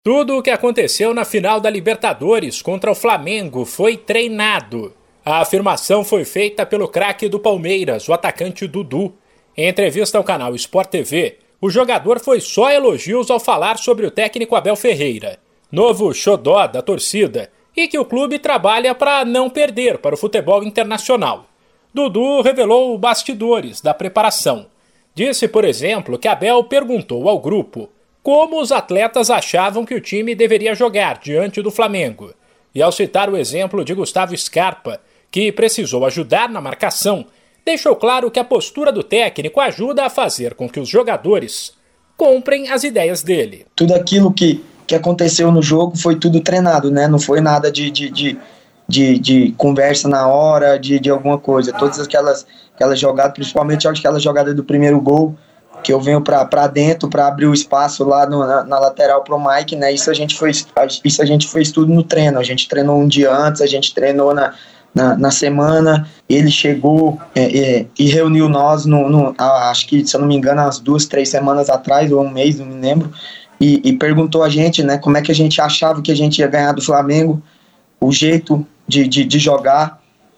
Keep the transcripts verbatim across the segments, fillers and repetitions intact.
Tudo o que aconteceu na final da Libertadores contra o Flamengo foi treinado. A afirmação foi feita pelo craque do Palmeiras, o atacante Dudu. Em entrevista ao canal Sport T V, o jogador foi só elogios ao falar sobre o técnico Abel Ferreira, novo xodó da torcida, e que o clube trabalha para não perder para o futebol internacional. Dudu revelou bastidores da preparação. Disse, por exemplo, que Abel perguntou ao grupo como os atletas achavam que o time deveria jogar diante do Flamengo. E ao citar o exemplo de Gustavo Scarpa, que precisou ajudar na marcação, deixou claro que a postura do técnico ajuda a fazer com que os jogadores comprem as ideias dele. Tudo aquilo que, que aconteceu no jogo foi tudo treinado, né? Não foi nada de, de, de, de, de conversa na hora, de, de alguma coisa. Todas aquelas, aquelas jogadas, principalmente aquela jogada do primeiro gol, que eu venho para dentro para abrir o espaço lá no, na, na lateral pro Mike, né? Isso a gente fez, isso a gente fez tudo no treino. A gente treinou um dia antes, a gente treinou na, na, na semana. Ele chegou é, é, e reuniu nós, no, no, acho que, se eu não me engano, umas duas, três semanas atrás, ou um mês, não me lembro, e, e perguntou a gente, né, como é que a gente achava que a gente ia ganhar do Flamengo, o jeito de, de, de jogar.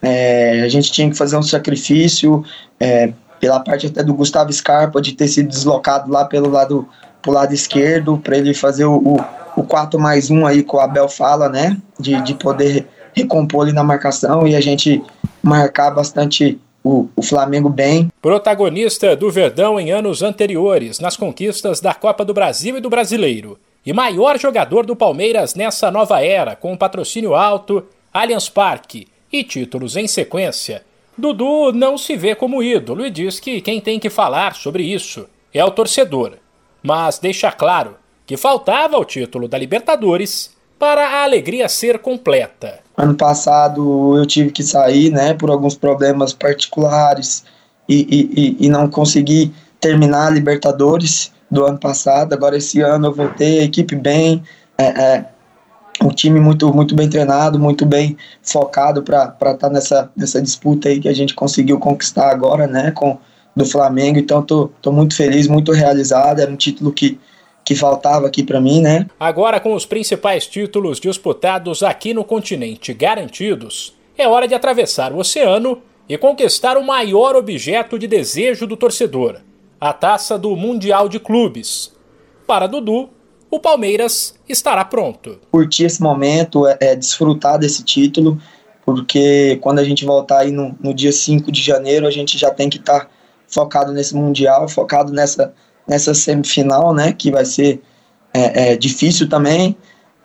É, a gente tinha que fazer um sacrifício, é, pela parte até do Gustavo Scarpa, de ter sido deslocado lá pelo lado, pro lado esquerdo, para ele fazer o, o, o quatro mais um aí que o Abel fala, né, de, de poder recompor ali na marcação e a gente marcar bastante o, o Flamengo bem. Protagonista do Verdão em anos anteriores, nas conquistas da Copa do Brasil e do Brasileiro, e maior jogador do Palmeiras nessa nova era, com patrocínio alto, Allianz Parque e títulos em sequência, Dudu não se vê como ídolo e diz que quem tem que falar sobre isso é o torcedor, mas deixa claro que faltava o título da Libertadores para a alegria ser completa. Ano passado eu tive que sair, né, por alguns problemas particulares e, e, e não consegui terminar a Libertadores do ano passado. Agora esse ano eu voltei, a equipe bem, é, é, um time muito, muito bem treinado, muito bem focado para estar tá nessa, nessa disputa aí que a gente conseguiu conquistar agora, né, com, do Flamengo. Então tô, tô muito feliz, muito realizado. Era um título que, que faltava aqui para mim, né. Agora, com os principais títulos disputados aqui no continente garantidos, é hora de atravessar o oceano e conquistar o maior objeto de desejo do torcedor, a taça do Mundial de Clubes. Para Dudu, o Palmeiras estará pronto. Curtir esse momento, é, é desfrutar desse título, porque quando a gente voltar aí no, no dia cinco de janeiro, a gente já tem que estar tá focado nesse Mundial, focado nessa, nessa semifinal, né, que vai ser é, é, difícil também.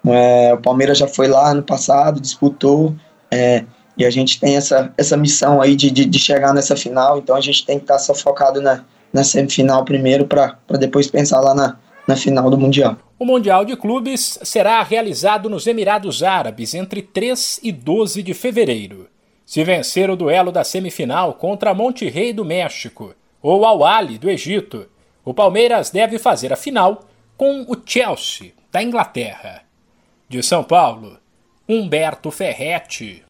É, o Palmeiras já foi lá ano passado, disputou, é, e a gente tem essa, essa missão aí de, de, de chegar nessa final, então a gente tem que estar tá só focado na, na semifinal primeiro, para depois pensar lá na, na final do Mundial. O Mundial de Clubes será realizado nos Emirados Árabes entre três e doze de fevereiro. Se vencer o duelo da semifinal contra Monterrey do México ou Al Ahly do Egito, o Palmeiras deve fazer a final com o Chelsea da Inglaterra. De São Paulo, Humberto Ferretti.